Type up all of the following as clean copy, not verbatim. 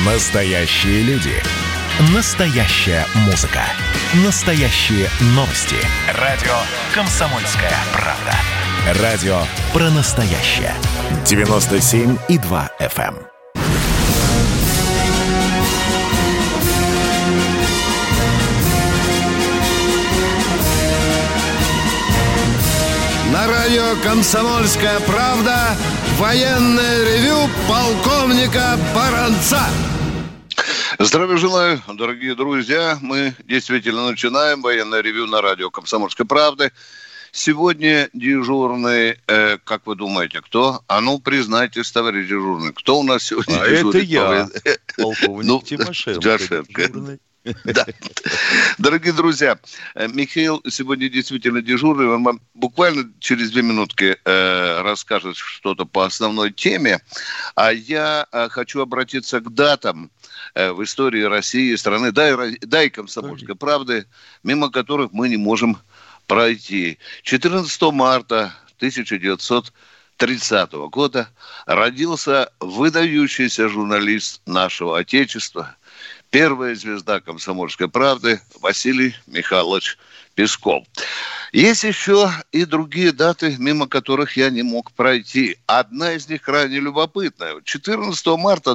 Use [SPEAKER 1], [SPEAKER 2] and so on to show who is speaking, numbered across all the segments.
[SPEAKER 1] Настоящие люди. Настоящая музыка. Настоящие новости. Радио «Комсомольская правда». Радио про настоящее. 97,2 FM.
[SPEAKER 2] На радио «Комсомольская правда» военное ревю полковника Баранца.
[SPEAKER 3] Здравия желаю, дорогие друзья. Мы действительно начинаем военное ревю на радио «Комсомольской правды». Сегодня дежурный, как вы думаете, кто? А ну, признайтесь, товарищ дежурный, кто у нас сегодня дежурный?
[SPEAKER 4] Это я, полковник Тимошенко.
[SPEAKER 3] Да. Дорогие друзья, Михаил сегодня действительно дежурный. Он вам буквально через 2 минутки расскажет что-то по основной теме. А я хочу обратиться к датам в истории России, страны, да и «Комсомольской правды», мимо которых мы не можем пройти. 14 марта 1930 года родился выдающийся журналист нашего Отечества, первая звезда «Комсомольской правды» Василий Михайлович Песков. Есть еще и другие даты, мимо которых я не мог пройти. Одна из них крайне любопытная. 14 марта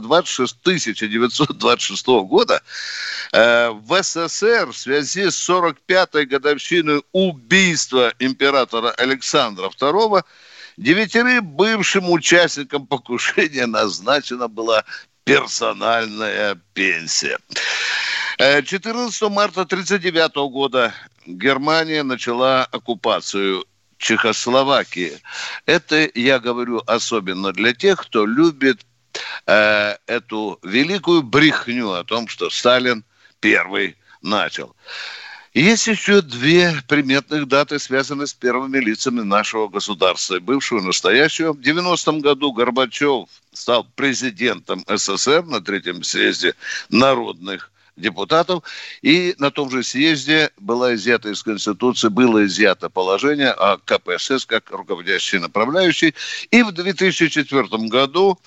[SPEAKER 3] 1926 года в СССР в связи с 45-й годовщиной убийства императора Александра II 9 бывшим участникам покушения назначена была персональная пенсия. 14 марта 1939 года Германия начала оккупацию Чехословакии. Это я говорю особенно для тех, кто любит эту великую брехню о том, что Сталин первый начал. Есть еще 2 приметных даты, связанные с первыми лицами нашего государства, бывшего и настоящего. В 90-м году Горбачев стал президентом СССР на 3-м съезде народных депутатов. И на том же съезде было изъято из Конституции, было изъято положение о КПСС как руководящей направляющей. И в 2004 году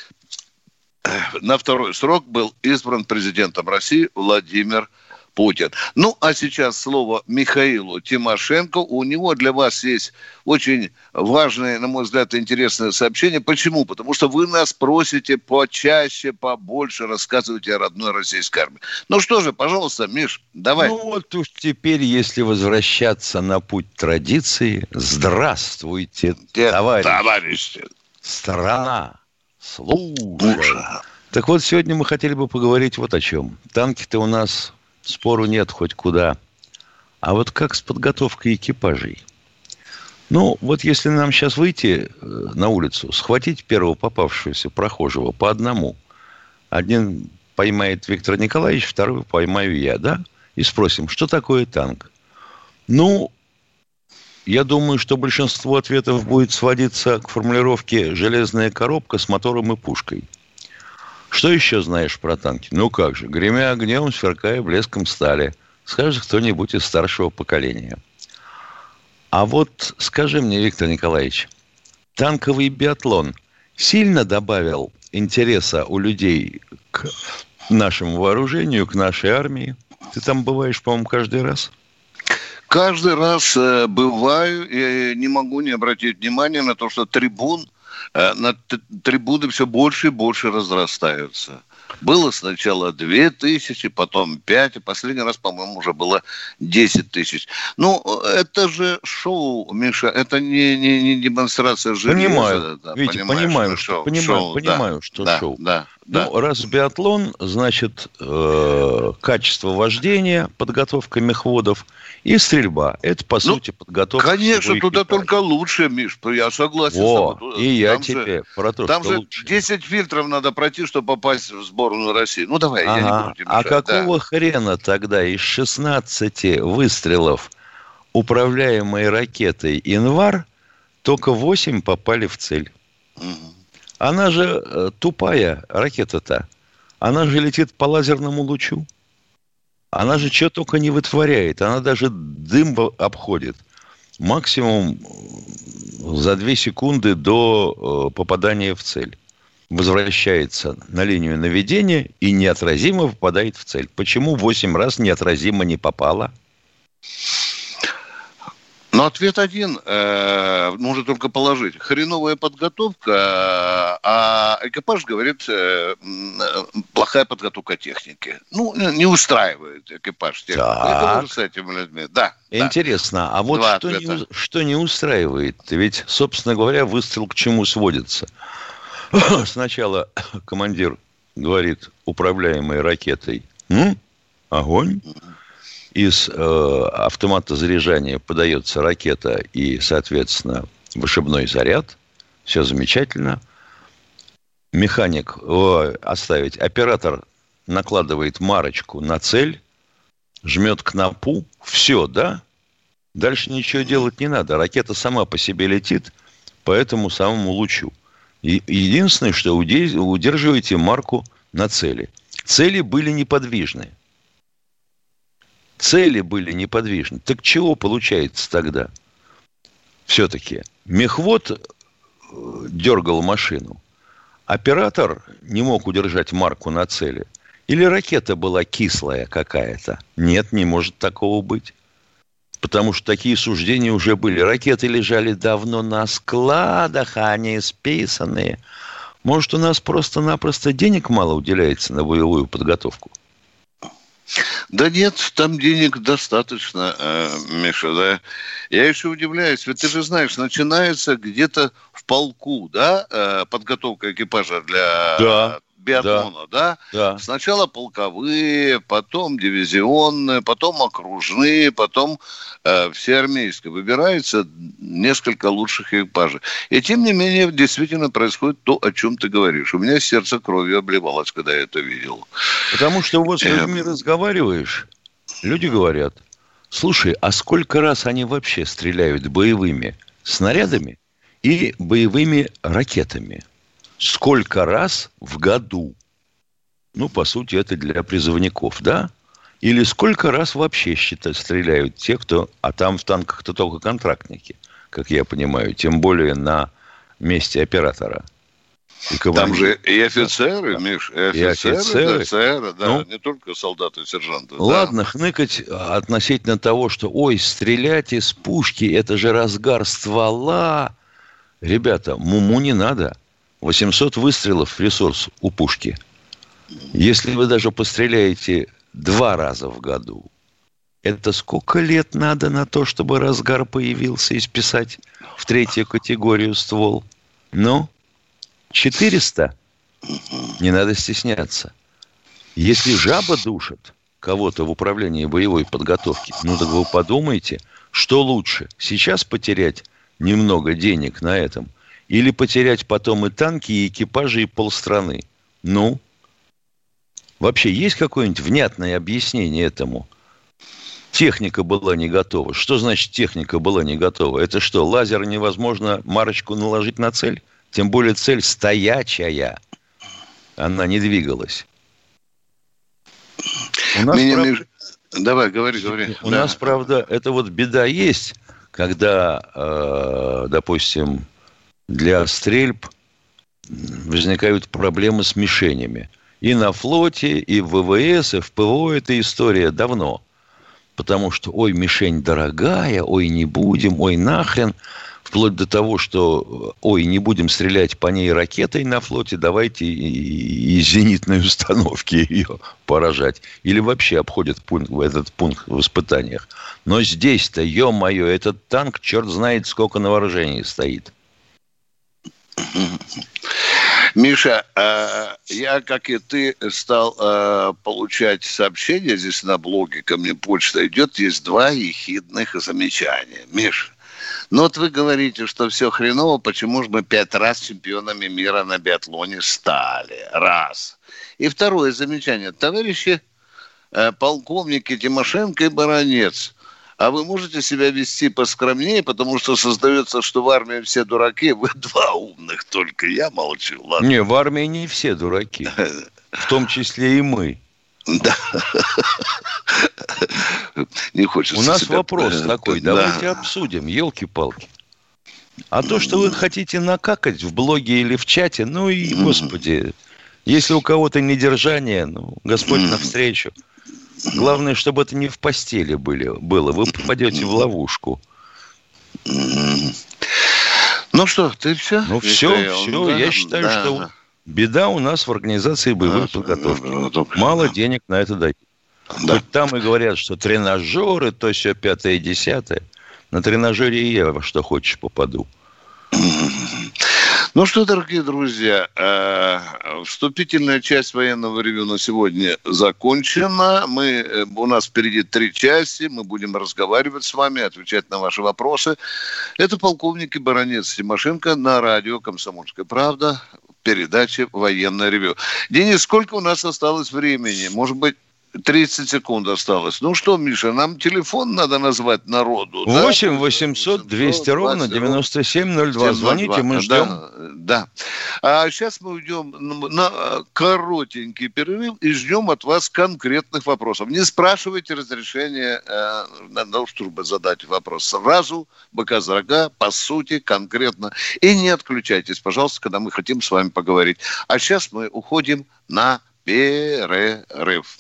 [SPEAKER 3] на 2-й срок был избран президентом России Владимир Путин. Ну, а сейчас слово Михаилу Тимошенко. У него для вас есть очень важное, на мой взгляд, интересное сообщение. Почему? Потому что вы нас просите почаще, побольше рассказывать о родной российской армии. Ну что же, пожалуйста, Миш, давай.
[SPEAKER 4] Ну вот уж теперь, если возвращаться на путь традиции, здравствуйте, товарищи. Страна, слушай. Так вот, сегодня мы хотели бы поговорить вот о чем. Танки-то у нас... Спору нет хоть куда. А вот как с подготовкой экипажей? Ну, вот если нам сейчас выйти на улицу, схватить первого попавшегося прохожего по одному. Один поймает Виктор Николаевич, второй поймаю я, да? И спросим, что такое танк? Ну, я думаю, что большинство ответов будет сводиться к формулировке «железная коробка с мотором и пушкой». Что еще знаешь про танки? Ну как же, гремя огнем, сверкая блеском стали. Скажет кто-нибудь из старшего поколения. А вот скажи мне, Виктор Николаевич, танковый биатлон сильно добавил интереса у людей к нашему вооружению, к нашей армии? Ты там бываешь, по-моему, каждый раз?
[SPEAKER 3] Каждый раз бываю и не могу не обратить внимания на то, что трибуны все больше и больше разрастаются. Было сначала 2000, потом 5, и последний раз, по-моему, уже было 10 тысяч. Ну, это же шоу, Миша, это не демонстрация железа.
[SPEAKER 4] Понимаю, да, Витя, понимаю, что шоу.
[SPEAKER 3] Да.
[SPEAKER 4] Ну, раз биатлон, значит, качество вождения, подготовка мехводов и стрельба. Это, по сути, подготовка.
[SPEAKER 3] Конечно, туда только лучше, Миш, я согласен с тобой.
[SPEAKER 4] И я тебе про то,
[SPEAKER 3] там
[SPEAKER 4] что
[SPEAKER 3] же
[SPEAKER 4] лучше.
[SPEAKER 3] 10 фильтров надо пройти, чтобы попасть в сборную России. Ну, давай, я не буду тебе мешать.
[SPEAKER 4] А какого хрена тогда из 16 выстрелов управляемой ракетой «Инвар» только 8 попали в цель? Угу. Она же тупая, ракета-то. Она же летит по лазерному лучу. Она же что только не вытворяет. Она даже дым обходит. Максимум за 2 секунды до попадания в цель. возвращается на линию наведения и неотразимо попадает в цель. Почему 8 раз неотразимо не попало?
[SPEAKER 3] Но ответ один, можно только положить. Хреновая подготовка, а экипаж говорит, плохая подготовка техники. Ну, не устраивает экипаж технику.
[SPEAKER 4] Так.
[SPEAKER 3] С этими людьми. Да.
[SPEAKER 4] Интересно, а вот что не устраивает? Ведь, собственно говоря, выстрел к чему сводится? Сначала командир говорит управляемой ракетой огонь. Из автомата заряжания подается ракета и, соответственно, вышибной заряд. Все замечательно. Механик, оператор накладывает марочку на цель, жмет кнопку. Все, да? Дальше ничего делать не надо. Ракета сама по себе летит по этому самому лучу. И единственное, что удерживаете марку на цели. Цели были неподвижны. Цели были неподвижны. Так чего получается тогда? Все-таки мехвод дергал машину. Оператор не мог удержать марку на цели. Или ракета была кислая какая-то? Нет, не может такого быть. Потому что такие суждения уже были. Ракеты лежали давно на складах, а они списанные. Может, у нас просто-напросто денег мало уделяется на боевую подготовку?
[SPEAKER 3] Да нет, там денег достаточно, Миша, да. Я еще удивляюсь, ведь ты же знаешь, начинается где-то в полку, да, подготовка экипажа для биатлона, да? Сначала полковые, потом дивизионные, потом окружные, потом всеармейские. Выбирается несколько лучших экипажей. И тем не менее, действительно происходит то, о чем ты говоришь. У меня сердце кровью обливалось, когда я это видел.
[SPEAKER 4] Потому что вот с людьми разговариваешь, люди говорят: слушай, а сколько раз они вообще стреляют боевыми снарядами и боевыми ракетами? Сколько раз в году? Ну, по сути, это для призывников, да? Или сколько раз вообще, стреляют те, кто... А там в танках-то только контрактники, как я понимаю. Тем более на месте оператора.
[SPEAKER 3] Там же и офицеры, да. Миш, и офицеры, да, ну, не только солдаты и сержанты.
[SPEAKER 4] Ладно, хныкать относительно того, что, ой, стрелять из пушки, это же разгар ствола. Ребята, муму не надо. 800 выстрелов ресурс у пушки. Если вы даже постреляете 2 раза в году, это сколько лет надо на то, чтобы разгар появился и списать в 3-ю категорию ствол? Ну, 400? Не надо стесняться. Если жаба душит кого-то в управлении боевой подготовки, ну так вы подумайте, что лучше, сейчас потерять немного денег на этом, или потерять потом и танки, и экипажи, и полстраны? Ну? Вообще есть какое-нибудь внятное объяснение этому? Техника была не готова. Что значит техника была не готова? Это что, лазер невозможно марочку наложить на цель? Тем более цель стоячая. Она не двигалась. У нас,
[SPEAKER 3] Давай, говори.
[SPEAKER 4] У нас, правда, это вот беда есть, когда, допустим, для стрельб возникают проблемы с мишенями. И на флоте, и в ВВС, и в ПВО эта история давно. Потому что, ой, мишень дорогая, ой, не будем, ой, нахрен. Вплоть до того, что, ой, не будем стрелять по ней ракетой на флоте, давайте из зенитной установки ее поражать. Или вообще обходят этот пункт в испытаниях. Но здесь-то, ё-моё, этот танк, черт знает, сколько на вооружении стоит.
[SPEAKER 3] Миша, я, как и ты, стал получать сообщения здесь на блоге, ко мне почта идет, есть 2 ехидных замечания. Миша, ну вот вы говорите, что все хреново, почему же мы 5 раз чемпионами мира на биатлоне стали? Раз. И 2 замечание. Товарищи полковники Тимошенко и Баранец, а вы можете себя вести поскромнее, потому что создается, что в армии все дураки, вы 2 умных только. Я молчу, ладно.
[SPEAKER 4] Не, в армии не все дураки. В том числе и мы.
[SPEAKER 3] Да. Не хочется.
[SPEAKER 4] У нас вопрос такой. Давайте обсудим. Елки-палки. А то, что вы хотите накакать в блоге или в чате, ну и, господи, если у кого-то недержание, ну, Господь навстречу. Главное, чтобы это не в постели было. Вы попадете в лавушку.
[SPEAKER 3] Ну что, ты все?
[SPEAKER 4] Ну все. Да, я считаю, что беда у нас в организации боевой подготовки. Мало денег на это дают. Да. Хоть там и говорят, что тренажеры, то все 5-е, 10-е. На тренажере и я во что хочешь попаду.
[SPEAKER 3] Ну что, дорогие друзья, вступительная часть военного ревью на сегодня закончена. У нас впереди 3 части. Мы будем разговаривать с вами, отвечать на ваши вопросы. Это полковник и баронец Тимошенко на радио «Комсомольская правда» в передаче «Военное ревью». Денис, сколько у нас осталось времени? Может быть, 30 секунд осталось. Ну что, Миша, нам телефон надо назвать народу.
[SPEAKER 4] 8 800 200 ровно 9702. Звоните, мы ждем.
[SPEAKER 3] Да. А сейчас мы уйдем на коротенький перерыв и ждем от вас конкретных вопросов. Не спрашивайте разрешения на того, чтобы задать вопрос. Сразу, быка за рога, по сути, конкретно. И не отключайтесь, пожалуйста, когда мы хотим с вами поговорить. А сейчас мы уходим на перерыв.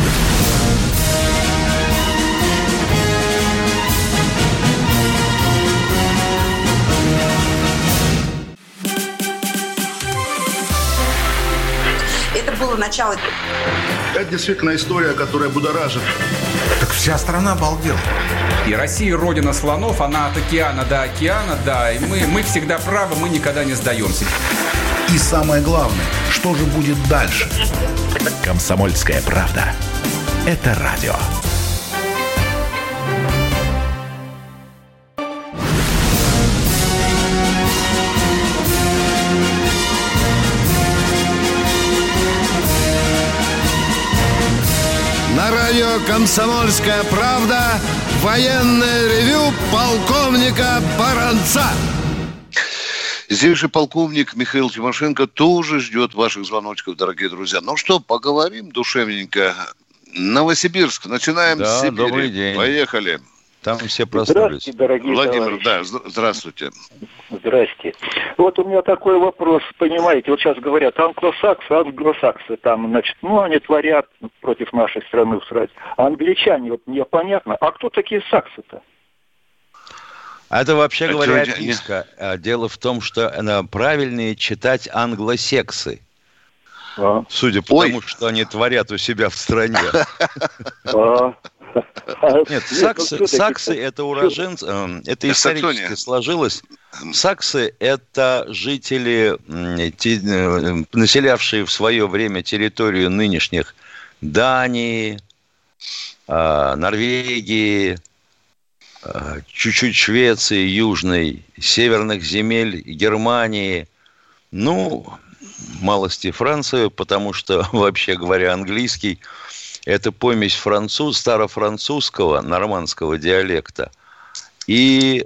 [SPEAKER 5] Это было начало.
[SPEAKER 6] Это действительно история, которая будоражит.
[SPEAKER 7] Так вся страна обалдела.
[SPEAKER 8] И Россия родина слонов, она от океана до океана, да. И мы всегда правы, мы никогда не сдаемся.
[SPEAKER 7] И самое главное, что же будет дальше?
[SPEAKER 1] «Комсомольская правда». Это радио.
[SPEAKER 2] На радио «Комсомольская правда» военное ревю полковника Баранца.
[SPEAKER 3] Здесь же полковник Михаил Тимошенко тоже ждет ваших звоночков, дорогие друзья. Ну что, поговорим душевненько. Новосибирск. Начинаем с Сибири.
[SPEAKER 4] Добрый день.
[SPEAKER 3] Поехали.
[SPEAKER 4] Там все проснулись.
[SPEAKER 9] Здравствуйте, дорогие
[SPEAKER 3] Владимир,
[SPEAKER 9] товарищи.
[SPEAKER 3] да, здравствуйте.
[SPEAKER 9] Здрасте. Вот у меня такой вопрос, понимаете, вот сейчас говорят, англосаксы, там, значит, они творят против нашей страны всрать. А англичане, вот мне понятно, а кто такие саксы-то?
[SPEAKER 4] Это вообще говоря описка. Дело в том, что правильнее читать англосексы. Судя по тому, что они творят у себя в стране. Нет, саксы это уроженцы, это исторически сложилось. Саксы это жители, населявшие в свое время территорию нынешних Дании, Норвегии, чуть-чуть Швеции, Южной, северных земель, Германии, малости Франции, потому что, вообще говоря, английский – это помесь старофранцузского, нормандского диалекта и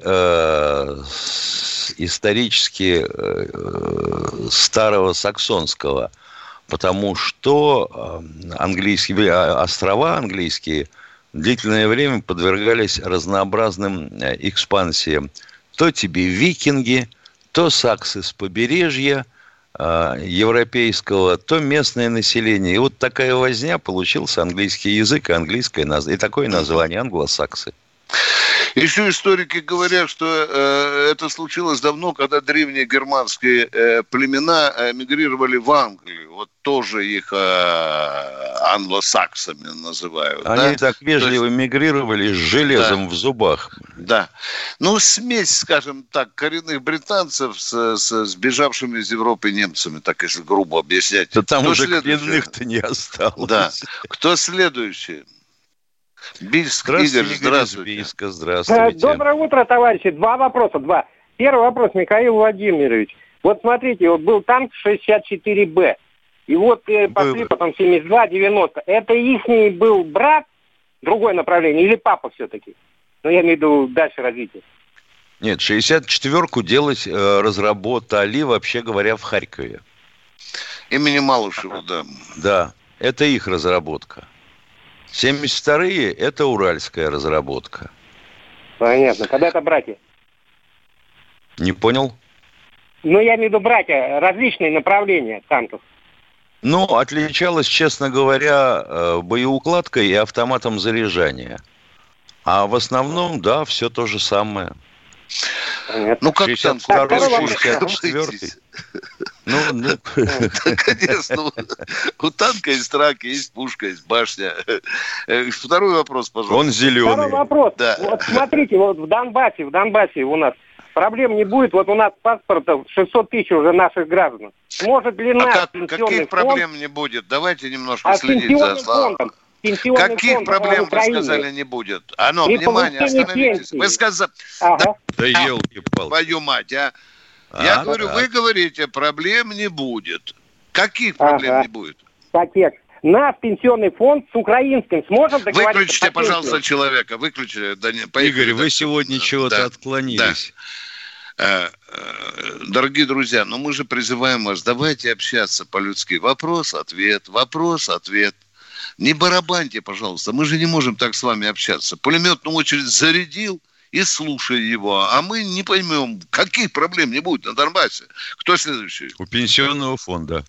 [SPEAKER 4] исторически старого саксонского, потому что острова английские длительное время подвергались разнообразным экспансиям. То тебе викинги, то саксы с побережья европейского, то местное население. И вот такая возня, получился английский язык и такое название англосаксы.
[SPEAKER 3] Еще историки говорят, что это случилось давно, когда древние германские племена эмигрировали в Англию. Вот тоже их англосаксами называют.
[SPEAKER 4] Они так вежливо мигрировали с железом в зубах.
[SPEAKER 3] Да. Смесь, скажем так, коренных британцев с сбежавшими из Европы немцами, так если грубо объяснять.
[SPEAKER 4] Да там уже коренных-то не осталось.
[SPEAKER 3] Да. Кто следующий? Бийск, Игорь, здравствуйте.
[SPEAKER 4] Бийска, здравствуйте.
[SPEAKER 10] Доброе утро, товарищи. Два вопроса. Первый вопрос, Михаил Владимирович. Вот смотрите, был танк 64Б. И вот пошли потом 72, 90. Это ихний был брат, другое направление, или папа все-таки? Я имею в виду дальше развитие.
[SPEAKER 4] Нет, 64-ку делать разработали, вообще говоря, в Харькове.
[SPEAKER 3] Имени Малышева, да.
[SPEAKER 4] Да, это их разработка. 72-е – это уральская разработка.
[SPEAKER 10] Понятно. Когда это братья?
[SPEAKER 4] Не понял?
[SPEAKER 10] Ну, я имею в виду братья, различные направления танков.
[SPEAKER 4] Ну, отличалась, честно говоря, боеукладкой и автоматом заряжания. А в основном, да, все то же самое.
[SPEAKER 3] Ну, как
[SPEAKER 4] 62-й, 64-й. Ну,
[SPEAKER 3] конечно, у танка есть трак, есть пушка, есть башня. Второй вопрос, пожалуйста.
[SPEAKER 4] Он зеленый.
[SPEAKER 10] Второй вопрос.
[SPEAKER 3] Да.
[SPEAKER 10] Вот смотрите, вот в Донбассе у нас проблем не будет. Вот у нас паспортов 600 тысяч уже наших граждан. Может ли наш пенсионный
[SPEAKER 3] каких
[SPEAKER 10] фонд...
[SPEAKER 3] проблем не будет? Давайте немножко следить за словом. Каких проблем, вы сказали, не будет? Внимание, остановитесь. Вы сказали...
[SPEAKER 10] Ага.
[SPEAKER 4] Да елки-палки.
[SPEAKER 3] Твою мать, а? Я говорю, вы говорите, проблем не будет. Каких проблем не будет?
[SPEAKER 10] Таких. Наш пенсионный фонд с украинским сможем договориться?
[SPEAKER 3] Выключите, пожалуйста, человека. Выключите. Да,
[SPEAKER 4] Игорь, вы сегодня чего-то отклонились.
[SPEAKER 3] Да. Дорогие друзья, но мы же призываем вас, давайте общаться по-людски. Вопрос-ответ, вопрос-ответ. Не барабаньте, пожалуйста. Мы же не можем так с вами общаться. Пулеметную очередь зарядил и слушай его. А мы не поймем, каких проблем не будет на Донбассе. Кто следующий?
[SPEAKER 4] У пенсионного фонда.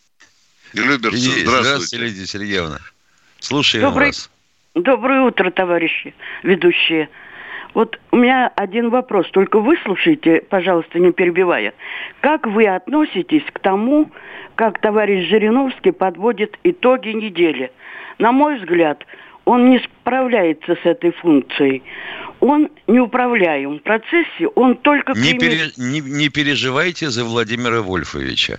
[SPEAKER 3] Люберцы, здравствуйте.
[SPEAKER 4] Здравствуйте, Лидия Сергеевна. Слушаем вас.
[SPEAKER 11] Доброе утро, товарищи ведущие. Вот у меня один вопрос. Только выслушайте, пожалуйста, не перебивая. Как вы относитесь к тому, как товарищ Жириновский подводит итоги недели? На мой взгляд, он не справляется с этой функцией. Он неуправляем в процессе, он только...
[SPEAKER 4] Не переживайте за Владимира Вольфовича.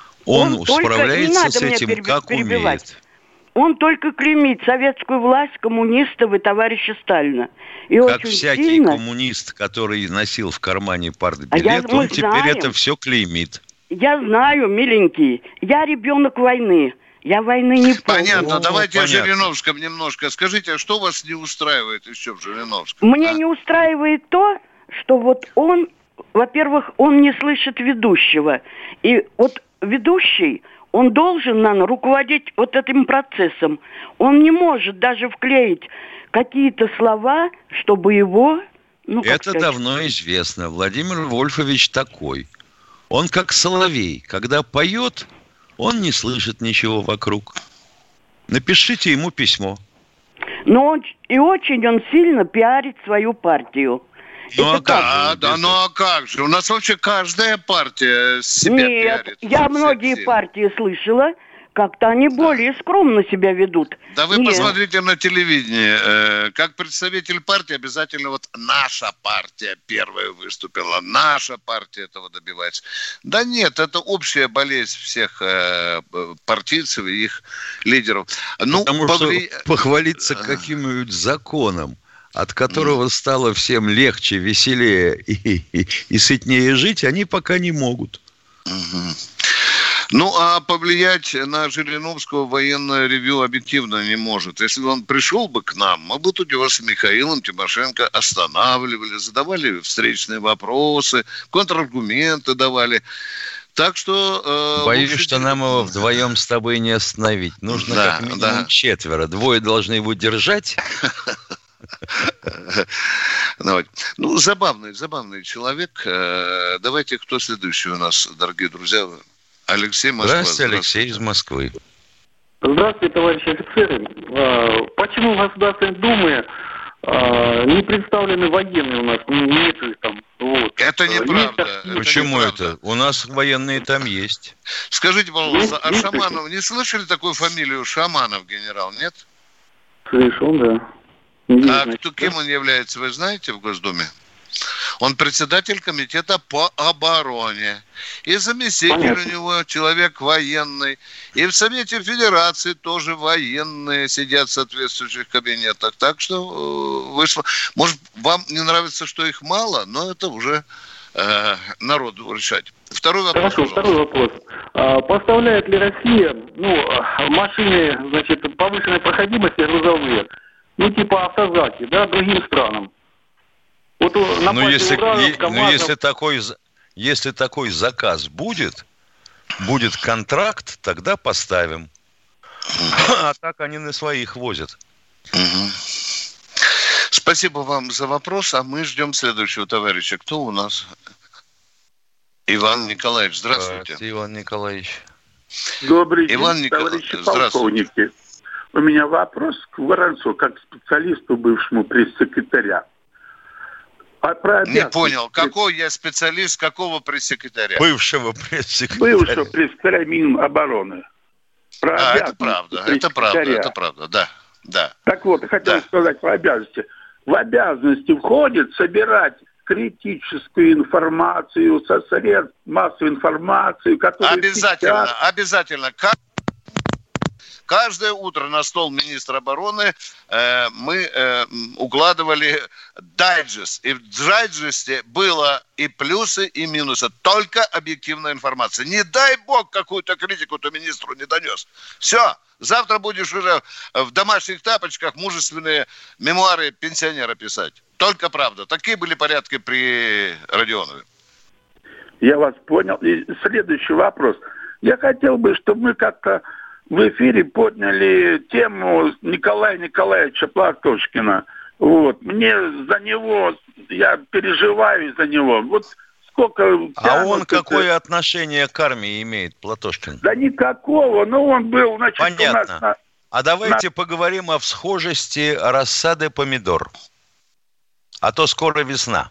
[SPEAKER 4] Он справляется с этим, как умеет.
[SPEAKER 11] Он только клеймит советскую власть, коммунистов и товарища Сталина. И
[SPEAKER 4] как всякий коммунист, который носил в кармане партбилет, он теперь это все клеймит.
[SPEAKER 11] Я знаю, миленький, я ребенок войны. Я войны не помню.
[SPEAKER 3] Понятно, давайте о Жириновском немножко. Скажите, а что вас не устраивает еще в Жириновском?
[SPEAKER 11] Мне не устраивает то, что вот он, во-первых, он не слышит ведущего. И вот ведущий, он должен, наверное, руководить вот этим процессом. Он не может даже вклеить какие-то слова, чтобы его...
[SPEAKER 4] Это давно известно. Владимир Вольфович такой. Он как соловей. Когда поет, он не слышит ничего вокруг. Напишите ему письмо.
[SPEAKER 11] Но очень он сильно пиарит свою партию.
[SPEAKER 3] Ну а как же? У нас вообще каждая партия себя пиарит.
[SPEAKER 11] Я многие партии слышала, как-то они более скромно себя ведут.
[SPEAKER 3] Да вы посмотрите на телевидении. Как представитель партии обязательно вот наша партия первая выступила. Наша партия этого добивается. Да нет, это общая болезнь всех партийцев и их лидеров.
[SPEAKER 4] Потому что похвалиться каким-нибудь законом, от которого стало всем легче, веселее и сытнее жить, они пока не могут.
[SPEAKER 3] Ну, а повлиять на Жириновского военное ревью объективно не может. Если он пришел бы к нам, мы бы тут его с Михаилом Тимошенко останавливали, задавали встречные вопросы, контраргументы давали. Так что...
[SPEAKER 4] Боюсь, что нам его вдвоем с тобой не остановить. Нужно как минимум 4. 2 должны его держать.
[SPEAKER 3] Ну, забавный человек. Давайте, кто следующий у нас, дорогие друзья? Алексей, Москва.
[SPEAKER 4] Здравствуйте, Алексей из Москвы.
[SPEAKER 12] Здравствуйте, товарищи офицеры. Почему в Государственной Думе не представлены военные у нас? Нет их там. Вот.
[SPEAKER 3] Это неправда.
[SPEAKER 4] Почему это? У нас военные там есть.
[SPEAKER 3] Скажите, пожалуйста, а Шаманов, не слышали такую фамилию Шаманов, генерал, нет?
[SPEAKER 12] Слышал, да.
[SPEAKER 3] Кем он является, вы знаете, в Госдуме? Он председатель комитета по обороне. И заместитель у него человек военный. И в Совете Федерации тоже военные сидят в соответствующих кабинетах. Так что вышло. Может, вам не нравится, что их мало, но это уже народу решать. Второй вопрос.
[SPEAKER 12] Хорошо, второй вопрос. Поставляет ли Россия машины, повышенной проходимости грузовые, типа автозаки, другим странам? Вот
[SPEAKER 4] если такой заказ будет контракт, тогда поставим. А так они на своих возят.
[SPEAKER 3] Спасибо вам за вопрос, а мы ждем следующего товарища. Кто у нас? Иван Николаевич, здравствуйте.
[SPEAKER 4] Здравствуйте, Иван Николаевич.
[SPEAKER 13] Добрый день, товарищи полковники. У меня вопрос к Воронцу, как специалисту, бывшему пресс-секретаря.
[SPEAKER 3] Не понял, какой я специалист, какого пресс-секретаря?
[SPEAKER 4] Бывшего пресс-секретаря.
[SPEAKER 13] Бывшего пресс-секретаря Минобороны.
[SPEAKER 3] Это правда, да.
[SPEAKER 13] Так вот, хотел сказать про обязанности. В обязанности входит собирать критическую информацию со средств массовой информации, которые
[SPEAKER 3] Обязательно. Каждое утро на стол министра обороны мы укладывали дайджест. И в дайджесте было и плюсы, и минусы. Только объективная информация. Не дай бог какую-то критику ты министру не донес. Все. Завтра будешь уже в домашних тапочках мужественные мемуары пенсионера писать. Только правда. Такие были порядки при Родионове.
[SPEAKER 13] Я вас понял. И следующий вопрос. Я хотел бы, чтобы мы как-то в эфире подняли тему Николая Николаевича Платошкина. Вот. Мне за него, я переживаю за него. Вот сколько...
[SPEAKER 4] А он какое отношение к армии имеет, Платошкин?
[SPEAKER 13] Да никакого, но он был, значит,
[SPEAKER 4] понятно.
[SPEAKER 13] У нас...
[SPEAKER 4] А давайте поговорим о всхожести рассады помидор. А то скоро весна.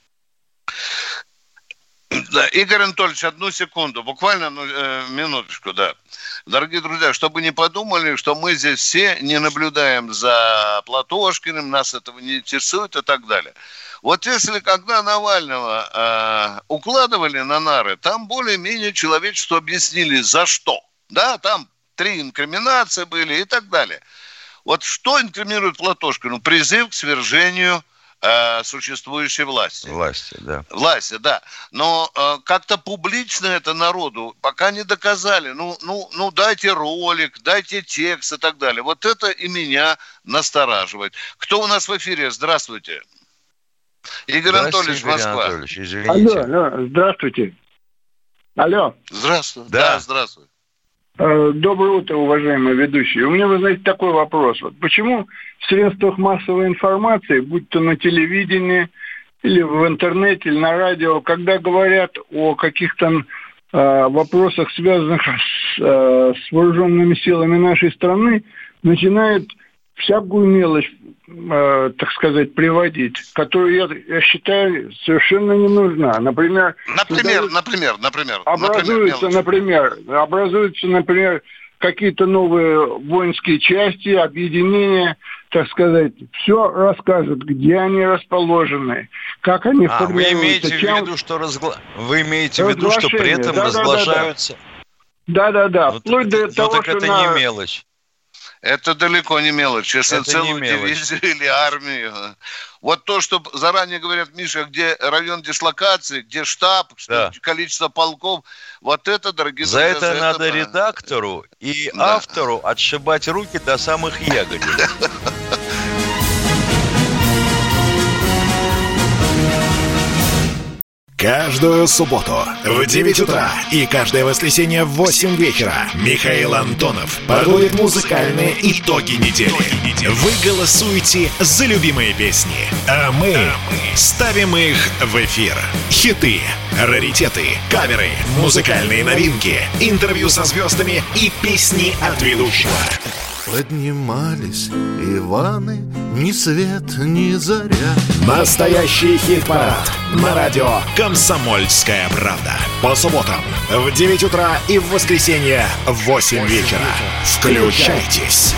[SPEAKER 3] Да, Игорь Анатольевич, одну секунду, буквально минуточку, да. Дорогие друзья, чтобы не подумали, что мы здесь все не наблюдаем за Платошкиным, нас этого не интересует и так далее. Вот если когда Навального укладывали на нары, там более-менее человечеству объяснили, за что. Да, там 3 инкриминации были и так далее. Вот что инкриминирует Платошкину? Призыв к свержению существующей власти. Власти, да. Но как-то публично это народу пока не доказали. Ну, дайте ролик, дайте текст и так далее. Вот это и меня настораживает. Кто у нас в эфире? Здравствуйте. Игорь Анатольевич, Москва.
[SPEAKER 14] Алло, здравствуйте. Алло.
[SPEAKER 3] Здравствуй. Да, здравствуй.
[SPEAKER 14] Доброе утро, уважаемые ведущие. У меня, вы знаете, такой вопрос. Вот почему в средствах массовой информации, будь то на телевидении, или в интернете, или на радио, когда говорят о каких-то вопросах, связанных с вооруженными силами нашей страны, начинают всякую мелочь, так сказать, приводить, которую, я считаю, совершенно не нужна. Например, образуются, например, какие-то новые воинские части, объединения, так сказать, все расскажут, где они расположены, как они формируются.
[SPEAKER 4] Вы имеете в виду, что при этом разглашаются...
[SPEAKER 14] Да. Вплоть до того,
[SPEAKER 4] так это не мелочь.
[SPEAKER 3] Это далеко не мелочь. Если целую дивизию или армию. Вот то, что заранее говорят, Миша, где район дислокации, где штаб, количество полков, вот это, дорогие
[SPEAKER 4] друзья... За это надо редактору и автору отшибать руки до самых ягодиц.
[SPEAKER 1] Каждую субботу в 9 утра и каждое воскресенье в 8 вечера Михаил Антонов подводит музыкальные итоги недели. Вы голосуете за любимые песни, а мы ставим их в эфир. Хиты, раритеты, каверы, музыкальные новинки, интервью со звездами и песни от ведущего.
[SPEAKER 2] Поднимались Иваны, ни свет, ни заря.
[SPEAKER 1] Настоящий хит-парад на радио «Комсомольская правда». По субботам в 9 утра и в воскресенье в 8 вечера. Включайтесь.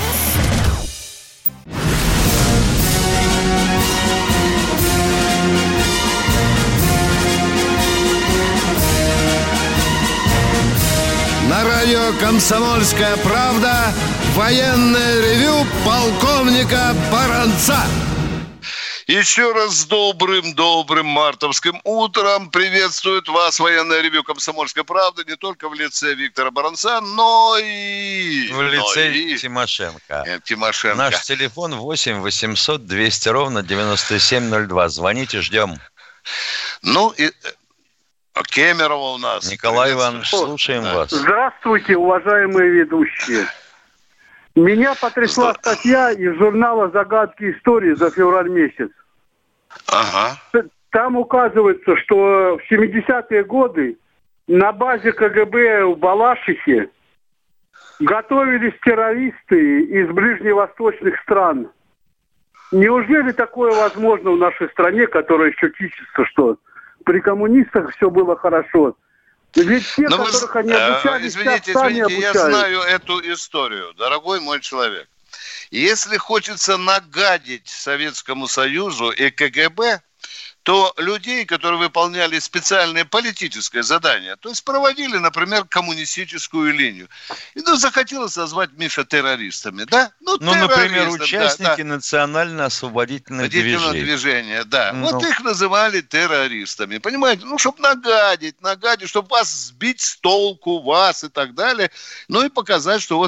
[SPEAKER 2] На радио «Комсомольская правда» военное ревю полковника Баранца.
[SPEAKER 3] Еще раз с добрым мартовским утром приветствует вас военное ревю «Комсомольской правды» не только в лице Виктора Баранца, но и...
[SPEAKER 4] В лице Тимошенко. Наш телефон 8 800 200 ровно 9702. Звоните, ждем.
[SPEAKER 3] Ну и... Кемерово у нас.
[SPEAKER 4] Николай Иванович, слушаем вас.
[SPEAKER 10] Здравствуйте, уважаемые ведущие. Меня потрясла статья из журнала «Загадки истории» за февраль месяц.
[SPEAKER 3] Ага.
[SPEAKER 10] Там указывается, что в 70-е годы
[SPEAKER 15] на базе КГБ в Балашихе готовились террористы из ближневосточных стран. Неужели такое возможно в нашей стране, которая еще чистится, что при коммунистах все было хорошо? Ведь те, которых они обучали,
[SPEAKER 3] извините, я знаю эту историю, дорогой мой человек. Если хочется нагадить Советскому Союзу и КГБ, то людей, которые выполняли специальное политическое задание, то есть проводили, например, коммунистическую линию. И захотелось назвать Миша террористами, да?
[SPEAKER 4] Например, участники национально-освободительного движения.
[SPEAKER 3] Да. Вот их называли террористами, понимаете? Чтобы нагадить, чтобы вас сбить с толку, вас и так далее. И показать, что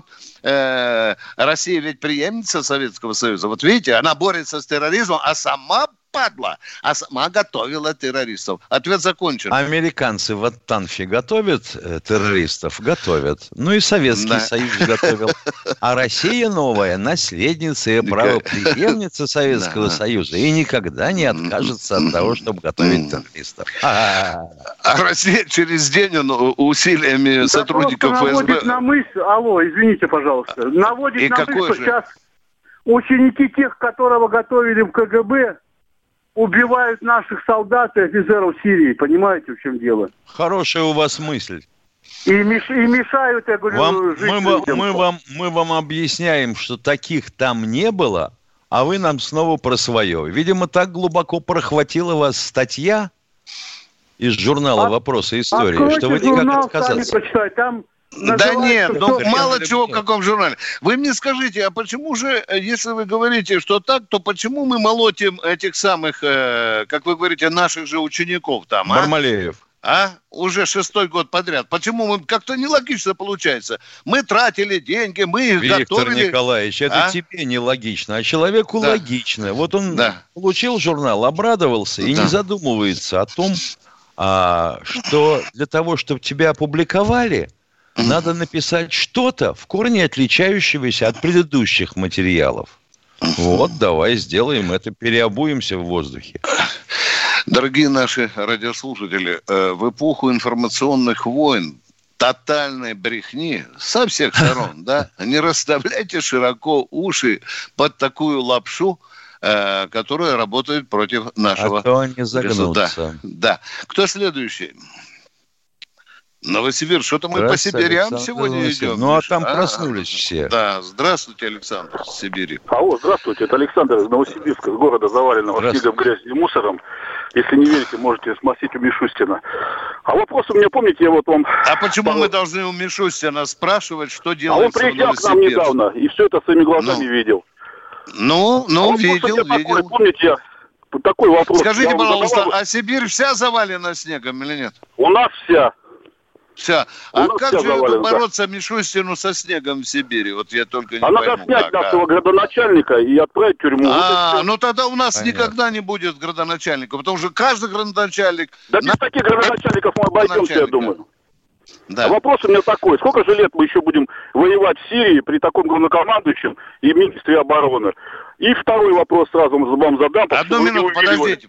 [SPEAKER 3] Россия ведь преемница Советского Союза. Вот видите, она борется с терроризмом, а сама готовила террористов. Ответ закончен.
[SPEAKER 4] Американцы в Аттанфе готовят террористов? Готовят. И Советский Союз готовил. А Россия новая наследница и правопреемница Советского Союза и никогда не откажется от того, чтобы готовить террористов.
[SPEAKER 3] А Россия через день усилиями сотрудников ФСБ...
[SPEAKER 15] наводит на мысль, извините, пожалуйста, наводит на мысль, что сейчас ученики тех, которого готовили в КГБ, убивают наших солдат и офицеров Сирии. Понимаете, в чем дело?
[SPEAKER 4] Хорошая у вас мысль.
[SPEAKER 15] И мешают, я говорю, жить людям.
[SPEAKER 4] Мы вам объясняем, что таких там не было, а вы нам снова про свое. Видимо, так глубоко прохватила вас статья из журнала «Вопросы истории», что вы никак отказаться.
[SPEAKER 15] Сами почитать, там...
[SPEAKER 3] Да нет, мало чего в каком журнале. Вы мне скажите, а почему же, если вы говорите, что так, то почему мы молотим этих самых, как вы говорите, наших же учеников там,
[SPEAKER 4] Бармалеев.
[SPEAKER 3] Уже 6-й год подряд. Почему мы как-то нелогично получается? Мы тратили деньги, мы их готовили.
[SPEAKER 4] Виктор Николаевич, это тебе нелогично, а человеку логично. Вот он получил журнал, обрадовался и не задумывается о том, что для того, чтобы тебя опубликовали, надо написать что-то в корне отличающегося от предыдущих материалов. Давай сделаем это, переобуемся в воздухе.
[SPEAKER 3] Дорогие наши радиослушатели, в эпоху информационных войн, тотальной брехни со всех сторон, не расставляйте широко уши под такую лапшу, которая работает против нашего...
[SPEAKER 4] А то они загнутся.
[SPEAKER 3] Да. Кто следующий? Новосибирск. Что-то мы по сибирям сегодня идем.
[SPEAKER 4] А там проснулись все.
[SPEAKER 3] Да. Здравствуйте, Александр, с Сибири.
[SPEAKER 16] Здравствуйте. Это Александр из Новосибирска, с города, заваленного снегом, грязью и мусором. Если не верите, можете спросить у Мишустина. А вопрос у меня, помните, я вам...
[SPEAKER 3] А почему мы должны у Мишустина спрашивать, что делается в Новосибирске?
[SPEAKER 16] Он приезжал к нам недавно и все это своими глазами видел.
[SPEAKER 3] Видел.
[SPEAKER 16] Такой, помните, я такой вопрос.
[SPEAKER 3] Скажите, пожалуйста, а Сибирь вся завалена снегом или нет?
[SPEAKER 16] У нас вся.
[SPEAKER 3] Вся. А как же бороться Мишустину со снегом в Сибири? Вот я только не пойму.
[SPEAKER 16] Надо снять нашего градоначальника и отправить в тюрьму.
[SPEAKER 3] Тогда у нас никогда не будет градоначальника, потому что каждый градоначальник...
[SPEAKER 16] Да без таких градоначальников мы обойдемся, я думаю. Да. А вопрос у меня такой. Сколько же лет мы еще будем воевать в Сирии при таком главнокомандующем и министре обороны? И второй вопрос сразу вам задам.
[SPEAKER 3] Одну минуту, подождите.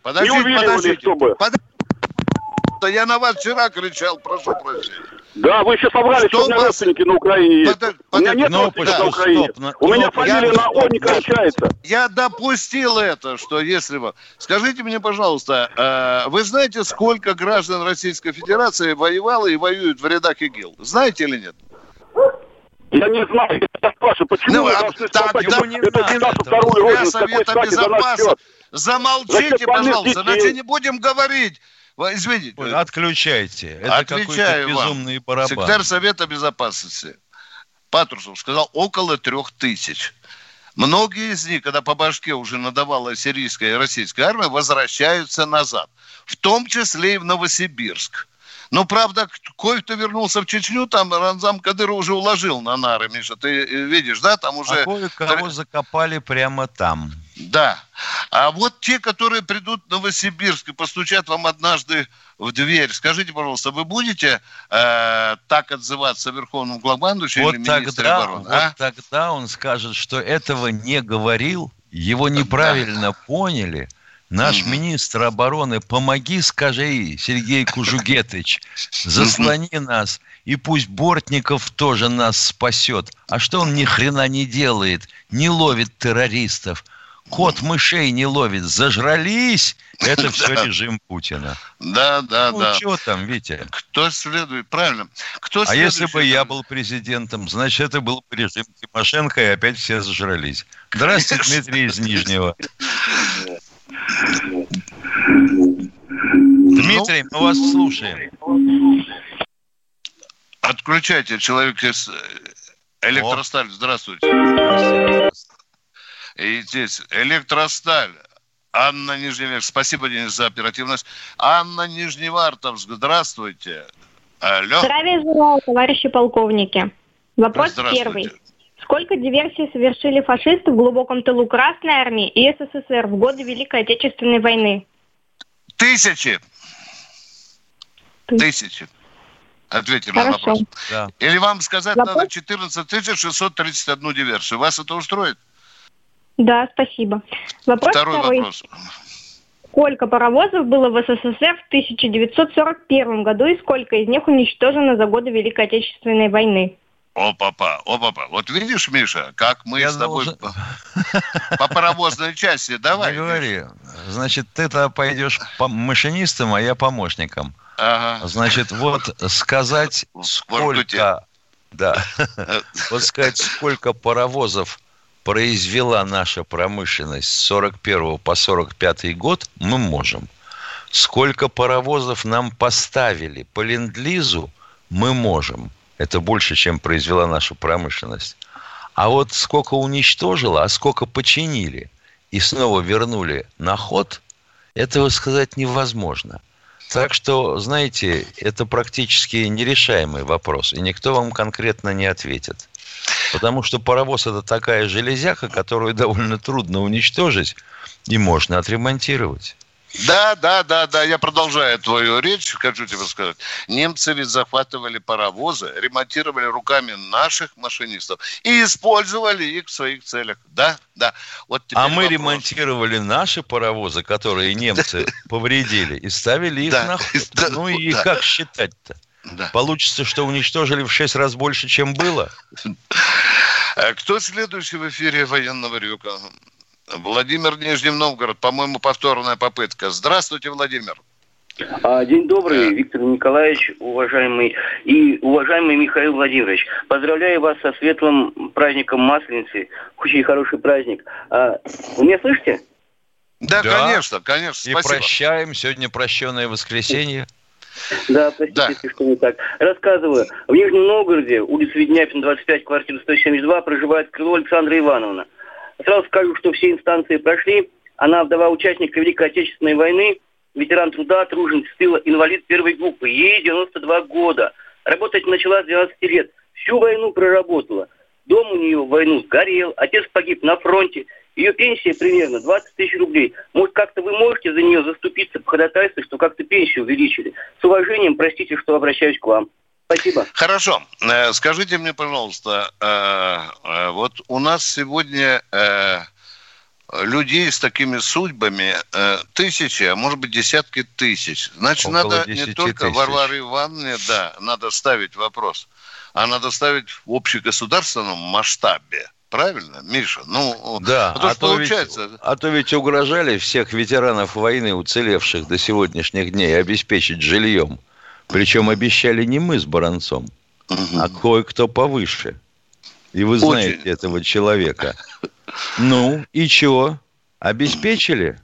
[SPEAKER 3] Да я на вас вчера кричал, прошу прощения.
[SPEAKER 16] Да, вы еще собрали, что у меня родственники на Украине есть. У меня нет родственников на Украине. У меня фамилия на О не кончается.
[SPEAKER 3] Я допустил это, что если вы... Скажите мне, пожалуйста, вы знаете, сколько граждан Российской Федерации воевало и воюют в рядах ИГИЛ? Знаете или нет?
[SPEAKER 16] Я не знаю. Я спрашиваю, почему вы должны спасать? Это нашу вторую родину. С какой стати за нас счет?
[SPEAKER 3] Замолчите, пожалуйста, иначе не будем говорить. Извините.
[SPEAKER 4] Отключайте. Это какой-то безумный барабан.
[SPEAKER 3] Секретарь Совета Безопасности Патрушев сказал около 3000. Многие из них, когда по башке уже надавала сирийская и российская армия, возвращаются назад. В том числе и в Новосибирск. Но, правда, кое-кто вернулся в Чечню, там Рамзан Кадыров уже уложил на нары, Миша. Ты видишь, да? Там уже...
[SPEAKER 4] кое-кого закопали прямо там.
[SPEAKER 3] Да. А вот те, которые придут в Новосибирск и постучат вам однажды в дверь, скажите, пожалуйста, вы будете так отзываться верховному главнокомандующему или министру обороны?
[SPEAKER 4] Вот тогда он скажет, что этого не говорил, его неправильно поняли, Наш министр обороны, помоги, скажи, Сергей Кужугетович, заслони нас, и пусть Бортников тоже нас спасет. А что он ни хрена не делает, не ловит террористов, кот мышей не ловит, зажрались, это все режим Путина.
[SPEAKER 3] Да.
[SPEAKER 4] Ну, что там, Витя?
[SPEAKER 3] Кто следует, правильно.
[SPEAKER 4] А если бы я был президентом, значит, это был бы режим Тимошенко, и опять все зажрались. Здравствуйте, Дмитрий из Нижнего. Дмитрий, мы вас слушаем.
[SPEAKER 3] Отключайте, человек из Электросталь. Здравствуйте. И здесь Электросталь. Анна Нижневартовск. Спасибо, Денис, за оперативность. Анна Нижневартовск. Здравствуйте. Алло.
[SPEAKER 17] Здравия желаю, товарищи полковники. Вопрос первый. Сколько диверсий совершили фашисты в глубоком тылу Красной Армии и СССР в годы Великой Отечественной войны?
[SPEAKER 3] Тысячи. Ответьте на вопрос. Да. Или вам сказать надо 14 631 диверсию. Вас это устроит?
[SPEAKER 17] Да, спасибо. Второй вопрос. Сколько паровозов было в СССР в 1941 году и сколько из них уничтожено за годы Великой Отечественной войны?
[SPEAKER 3] Опа-па. Вот видишь, Миша, как мы с тобой по паровозной части. Давай.
[SPEAKER 4] Не говори. Значит, ты-то пойдешь машинистом, а я помощником.
[SPEAKER 3] Ага.
[SPEAKER 4] Значит, вот сказать, сколько... Да. Вот сказать, сколько паровозов произвела наша промышленность с 41 по 45 год, мы можем. Сколько паровозов нам поставили по ленд-лизу, мы можем. Это больше, чем произвела наша промышленность. А вот сколько уничтожила, а сколько починили и снова вернули на ход, этого сказать невозможно. Так что, знаете, это практически нерешаемый вопрос, и никто вам конкретно не ответит. Потому что паровоз – это такая железяка, которую довольно трудно уничтожить, и можно отремонтировать.
[SPEAKER 3] Да, я продолжаю твою речь, хочу тебе сказать. Немцы ведь захватывали паровозы, ремонтировали руками наших машинистов и использовали их в своих целях. Да. Вот
[SPEAKER 4] а мы ремонтировали наши паровозы, которые немцы повредили, и ставили их на ход. Ну и как считать-то? Да. Получится, что уничтожили в 6 раз больше, чем было.
[SPEAKER 3] Кто следующий в эфире военного рюка? Владимир, Нижний Новгород, по-моему, повторная попытка. Здравствуйте, Владимир.
[SPEAKER 18] День добрый, Виктор Николаевич, уважаемый Михаил Владимирович. Поздравляю вас со светлым праздником Масленицы. Очень хороший праздник. Вы меня слышите?
[SPEAKER 3] Да, конечно.
[SPEAKER 4] И спасибо. Прощаем. Сегодня прощенное воскресенье.
[SPEAKER 18] Да, простите, если что не так. Рассказываю. В Нижнем Новгороде, улица Ведняпина, 25, квартира 172, проживает Крыло Александра Ивановна. Сразу скажу, что все инстанции прошли. Она вдова участника Великой Отечественной войны, ветеран труда, труженик с тыла, инвалид первой группы. Ей 92 года. Работать начала с 12 лет. Всю войну проработала. Дом у нее в войну сгорел, отец погиб на фронте. Ее пенсия примерно 20 тысяч рублей. Может, как-то вы можете за нее заступиться по ходатайству, что как-то пенсию увеличили? С уважением, простите, что обращаюсь к вам. Спасибо.
[SPEAKER 3] Хорошо. Скажите мне, пожалуйста, вот у нас сегодня людей с такими судьбами тысячи, а может быть десятки тысяч. Значит, около надо не только Варваре Ивановне, надо ставить вопрос, а надо ставить в общегосударственном масштабе. Правильно, Миша?
[SPEAKER 4] Да, а то ведь угрожали всех ветеранов войны, уцелевших до сегодняшних дней, обеспечить жильем. Причем обещали не мы с Баранцом, а кое-кто повыше. И вы знаете этого человека. Ну, и чего? Обеспечили?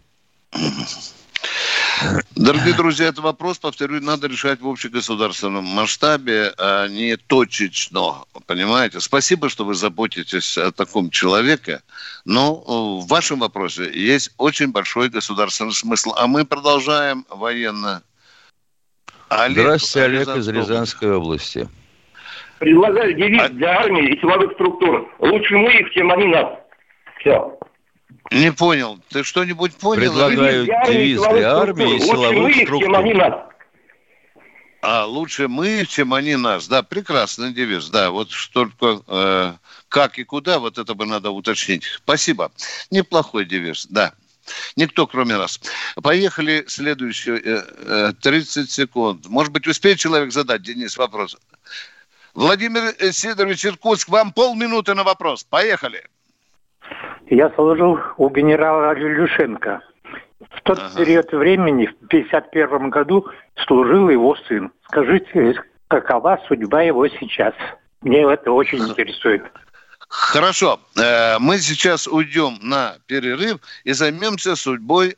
[SPEAKER 3] Дорогие друзья, это вопрос, повторю, надо решать в общегосударственном масштабе, а не точечно, понимаете? Спасибо, что вы заботитесь о таком человеке, но в вашем вопросе есть очень большой государственный смысл. А мы продолжаем военно.
[SPEAKER 4] Здравствуйте, Олег из Рязанской области.
[SPEAKER 19] Предлагаю девиз для армии и силовых структур. Лучше мы их, чем они нас. Все.
[SPEAKER 3] Не понял. Ты что-нибудь понял?
[SPEAKER 4] Предлагаю девиз для армии и силовых структур. Лучше мы их, чем они нас.
[SPEAKER 3] Лучше мы, чем они нас. Да, прекрасный девиз. Да, вот только как и куда, вот это бы надо уточнить. Спасибо. Неплохой девиз, да. Никто, кроме нас. Поехали следующие 30 секунд. Может быть, успеет человек задать, Денис, вопрос? Владимир Сидорович, Иркутск, вам полминуты на вопрос. Поехали.
[SPEAKER 20] Я служил у генерала Илюшенко. В тот период времени, в 1951 году, служил его сын. Скажите, какова судьба его сейчас? Мне это очень интересует.
[SPEAKER 3] Хорошо. Мы сейчас уйдем на перерыв и займемся судьбой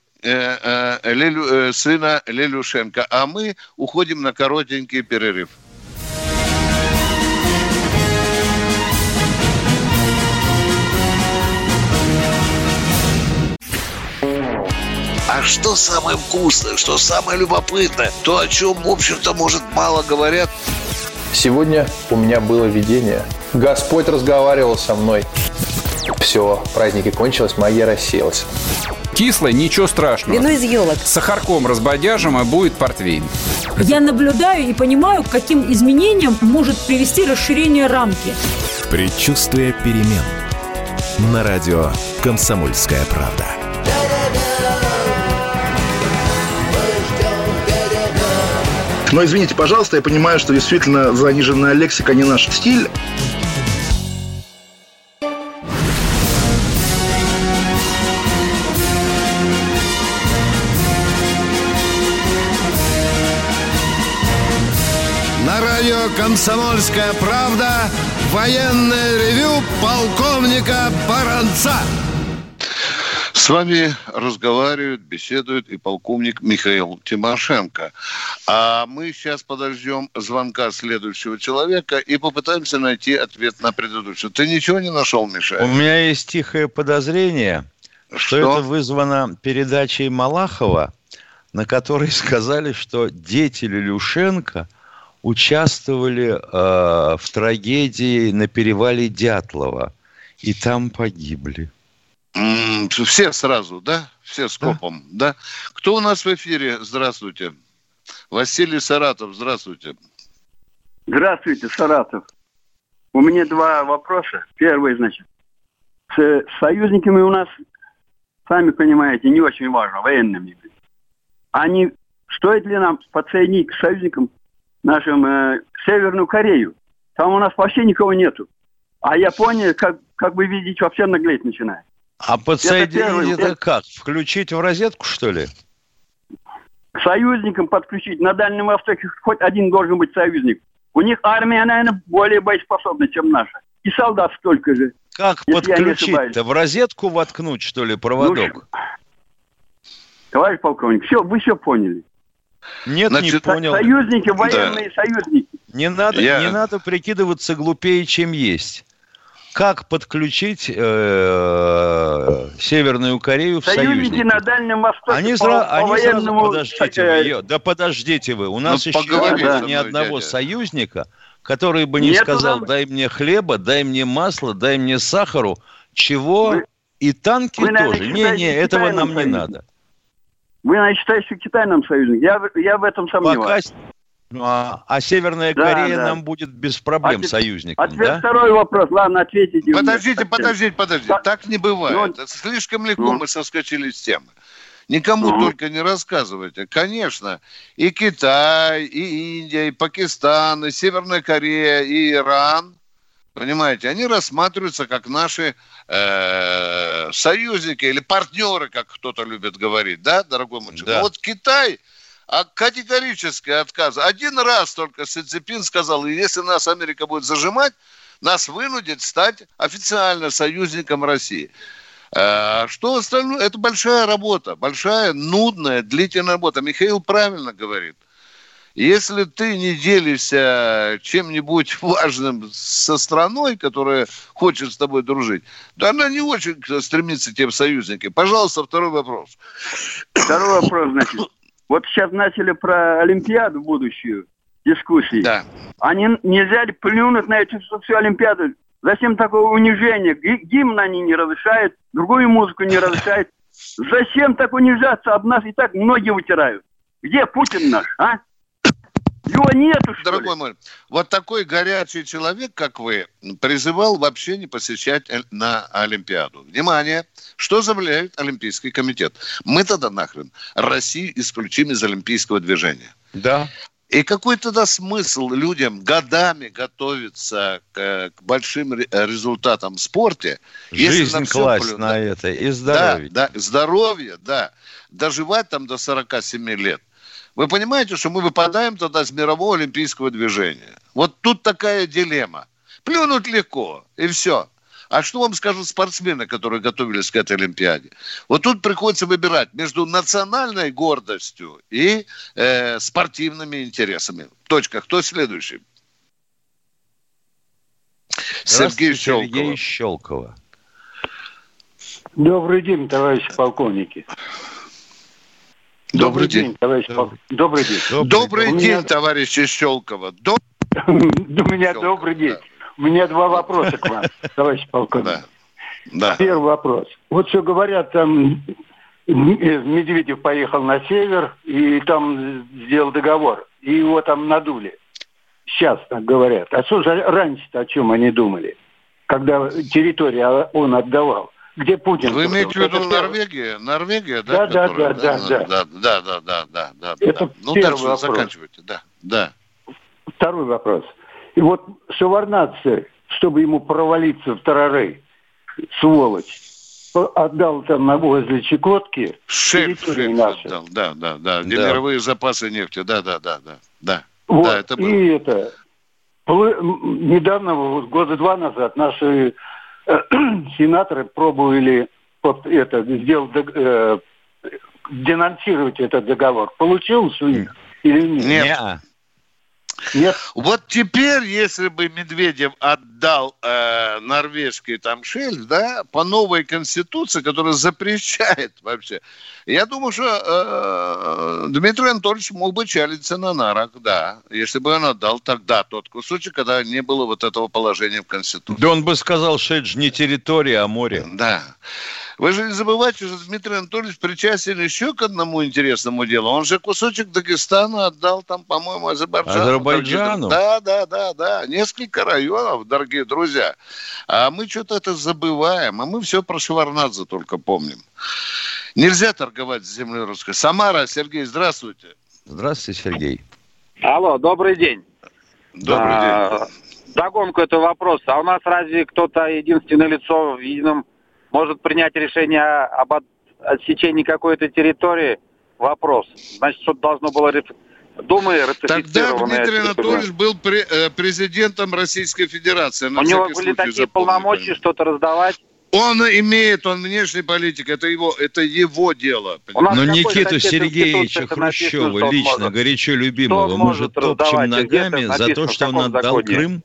[SPEAKER 3] сына Лелюшенко. А мы уходим на коротенький перерыв.
[SPEAKER 1] А что самое вкусное, что самое любопытное, то, о чем, в общем-то, может, мало говорят?
[SPEAKER 21] Сегодня у меня было видение. Господь разговаривал со мной. Все, праздники кончились, магия рассеялась.
[SPEAKER 8] Кислое, ничего страшного.
[SPEAKER 22] Вино из елок.
[SPEAKER 8] С сахарком разбодяжим, и будет портвейн.
[SPEAKER 22] Я наблюдаю и понимаю, к каким изменениям может привести расширение рамки.
[SPEAKER 1] Предчувствие перемен. На радио «Комсомольская правда».
[SPEAKER 6] Но извините, пожалуйста, я понимаю, что действительно заниженная лексика не наш стиль.
[SPEAKER 2] На радио «Комсомольская правда» военное ревю полковника Баранца.
[SPEAKER 3] С вами разговаривает, беседует и полковник Михаил Тимошенко. А мы сейчас подождем звонка следующего человека и попытаемся найти ответ на предыдущий. Ты ничего не нашел, Миша?
[SPEAKER 4] У меня есть тихое подозрение, что это вызвано передачей Малахова, на которой сказали, что дети Лелюшенко участвовали в трагедии на перевале Дятлова, и там погибли.
[SPEAKER 3] Все сразу, да? Все скопом, да? Кто у нас в эфире? Здравствуйте. Василий Саратов, здравствуйте.
[SPEAKER 23] Здравствуйте, Саратов. У меня два вопроса. Первый, значит, с союзниками у нас, сами понимаете, не очень важно, военными. Стоит ли нам подсоединить к союзникам нашим Северную Корею? Там у нас вообще никого нету. А Япония, как вы видите, вообще наглеть начинает.
[SPEAKER 4] А подсоединить это как? Включить в розетку, что ли?
[SPEAKER 23] Союзникам подключить. На Дальнем Востоке хоть один должен быть союзник. У них армия, наверное, более боеспособна, чем наша. И солдат столько же.
[SPEAKER 4] Как подключить-то? В розетку воткнуть, что ли, проводок?
[SPEAKER 23] Товарищ полковник, вы все поняли.
[SPEAKER 4] Нет, значит, не понял.
[SPEAKER 23] Союзники, военные союзники.
[SPEAKER 4] Не надо прикидываться глупее, чем есть. Как подключить Северную Корею в союзники?
[SPEAKER 23] Союзники на Дальнем Востоке
[SPEAKER 4] они
[SPEAKER 23] военному...
[SPEAKER 4] Подождите вы. У нас еще нет ни одного союзника, который бы не сказал, дай мне хлеба, дай мне масла, дай мне сахару, чего, и танки тоже. Не, этого нам не надо.
[SPEAKER 23] Вы, наверное, считаете, что Китай нам союзник? Я в этом сомневаюсь.
[SPEAKER 4] А Северная Корея нам будет без проблем союзником,
[SPEAKER 23] да? Второй вопрос. Ладно, ответите.
[SPEAKER 3] Подождите. Так не бывает. Слишком легко мы соскочили с темы. Никому только не рассказывайте. Конечно, и Китай, и Индия, и Пакистан, и Северная Корея, и Иран, понимаете, они рассматриваются как наши союзники или партнеры, как кто-то любит говорить, да, дорогой мальчик? Да. Вот Китай... категорически отказ. Один раз только Си Цзиньпин сказал, и если нас Америка будет зажимать, нас вынудит стать официально союзником России. Что остальное? Это большая работа, большая, нудная, длительная работа. Михаил правильно говорит. Если ты не делишься чем-нибудь важным со страной, которая хочет с тобой дружить, то она не очень стремится к тебе в союзники. Пожалуйста, второй вопрос.
[SPEAKER 23] Второй вопрос, значит. Вот сейчас начали про Олимпиаду будущую дискуссии. Да. Нельзя ли плюнуть на эту всю Олимпиаду? Зачем такое унижение? Гимн они не разрешают, другую музыку не разрешают. Зачем так унижаться? Об нас и так многие вытирают. Где Путин наш, а? Его нету, что
[SPEAKER 3] Дорогой
[SPEAKER 23] ли?
[SPEAKER 3] мой, вот такой горячий человек, как вы, призывал вообще не посещать на Олимпиаду. Внимание! Что заявляет Олимпийский комитет? Мы тогда нахрен Россию исключим из олимпийского движения.
[SPEAKER 4] Да.
[SPEAKER 3] И какой тогда смысл людям годами готовиться к большим результатам в спорте?
[SPEAKER 4] Жизнь класть на это и здоровье.
[SPEAKER 3] Да, здоровье, да. Доживать там до 47 лет. Вы понимаете, что мы выпадаем тогда из мирового олимпийского движения? Вот тут такая дилемма. Плюнуть легко, и все. А что вам скажут спортсмены, которые готовились к этой Олимпиаде? Вот тут приходится выбирать между национальной гордостью и спортивными интересами. Точка. Кто следующий? Сергей
[SPEAKER 4] Щелкова.
[SPEAKER 5] Добрый день, товарищи полковники.
[SPEAKER 3] Добрый день,
[SPEAKER 5] товарищ полковник. Добрый день.
[SPEAKER 3] Добрый день, товарищи Щелкова.
[SPEAKER 5] У меня добрый день. У меня два вопроса к вам, товарищ полковник.
[SPEAKER 3] Да.
[SPEAKER 5] Первый вопрос. Вот все говорят, там Медведев поехал на север и там сделал договор. И его там надули. Сейчас так говорят. А что же раньше-то о чем они думали? Когда территорию он отдавал. Где Путин?
[SPEAKER 3] Вы имеете в виду Норвегия? Норвегия, да?
[SPEAKER 5] Да. Это
[SPEAKER 3] ну,
[SPEAKER 5] первый
[SPEAKER 3] дальше
[SPEAKER 5] вопрос.
[SPEAKER 3] Заканчивайте, да.
[SPEAKER 5] Второй вопрос. И вот Шеварднадзе, чтобы ему провалиться в Тарарей, сволочь, отдал там возле Чукотки
[SPEAKER 3] Шельф отдал, да. Где мировые запасы нефти, да.
[SPEAKER 5] Вот,
[SPEAKER 3] да, это было.
[SPEAKER 5] И это... Недавно, года два назад, наши сенаторы пробовали денонсировать этот договор. Получилось у них или нет? Нет.
[SPEAKER 3] Вот теперь, если бы Медведев отдал норвежский там шельф, да, по новой конституции, которая запрещает вообще, я думаю, что Дмитрий Анатольевич мог бы чалиться на нарах, да, если бы он отдал тогда тот кусочек, когда не было вот этого положения в конституции.
[SPEAKER 4] Да он бы сказал, что это же не территория, а море.
[SPEAKER 3] Да. Вы же не забывайте, что Дмитрий Анатольевич причастен еще к одному интересному делу. Он же кусочек Дагестана отдал там, по-моему,
[SPEAKER 4] Азербайджану.
[SPEAKER 3] Да. Несколько районов, дорогие друзья. А мы что-то это забываем. А мы все про Шеварднадзе только помним. Нельзя торговать с землей русской. Самара, Сергей, здравствуйте.
[SPEAKER 4] Здравствуйте, Сергей.
[SPEAKER 7] Алло, добрый день.
[SPEAKER 3] Добрый день.
[SPEAKER 7] Догонку этого вопроса. А у нас разве кто-то единственное лицо в едином может принять решение об отсечении какой-то территории? Вопрос. Значит, что-то должно было Думы ратифицированные.
[SPEAKER 3] Тогда Дмитрий Анатольевич был президентом Российской Федерации.
[SPEAKER 7] У него были такие полномочия что-то раздавать?
[SPEAKER 3] Он внешней политики, это его дело.
[SPEAKER 4] Но Никиту Сергеевича Хрущева, лично горячо любимого, может топчем ногами за то, что он отдал Крым?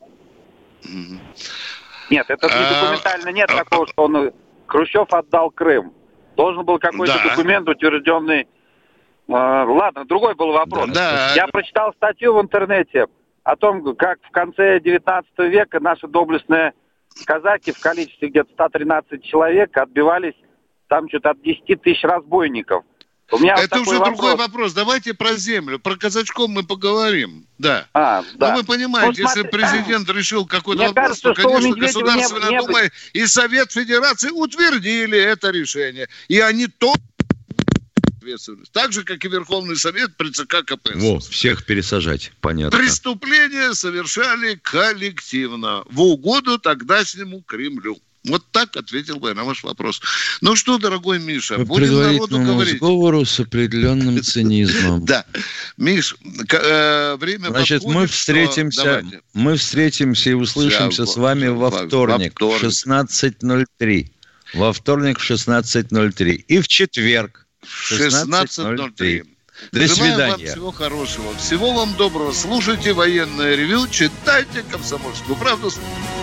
[SPEAKER 7] Нет, это документально нет такого, что Хрущев отдал Крым. Должен был какой-то документ, утвержденный. Ладно, другой был вопрос. Я прочитал статью в интернете о том, как в конце 19 века наши доблестные казаки в количестве где-то 113 человек отбивались там что-то от 10 тысяч разбойников. У меня
[SPEAKER 3] это уже другой вопрос. Давайте про землю. Про казачков мы поговорим. Да. Но вы понимаете, если президент решил какой-то вопрос, то, конечно, Государственная Дума и Совет Федерации утвердили это решение. И они тоже ответственность. Так же, как и Верховный Совет при ЦК КПСС.
[SPEAKER 4] Всех пересажать, понятно.
[SPEAKER 3] Преступления совершали коллективно в угоду тогдашнему Кремлю. Вот так ответил бы я на ваш вопрос. Ну что, дорогой Миша,
[SPEAKER 4] по
[SPEAKER 3] будем народу говорить.
[SPEAKER 4] Сговору с определенным цинизмом.
[SPEAKER 3] Да. Миш, время
[SPEAKER 4] Значит, мы встретимся и услышимся с вами во вторник в 16:03. Во вторник в 16:03. И в четверг в 16:03. До свидания.
[SPEAKER 3] Вам всего хорошего. Всего вам доброго. Слушайте военное ревю, читайте «Комсомольскую правду».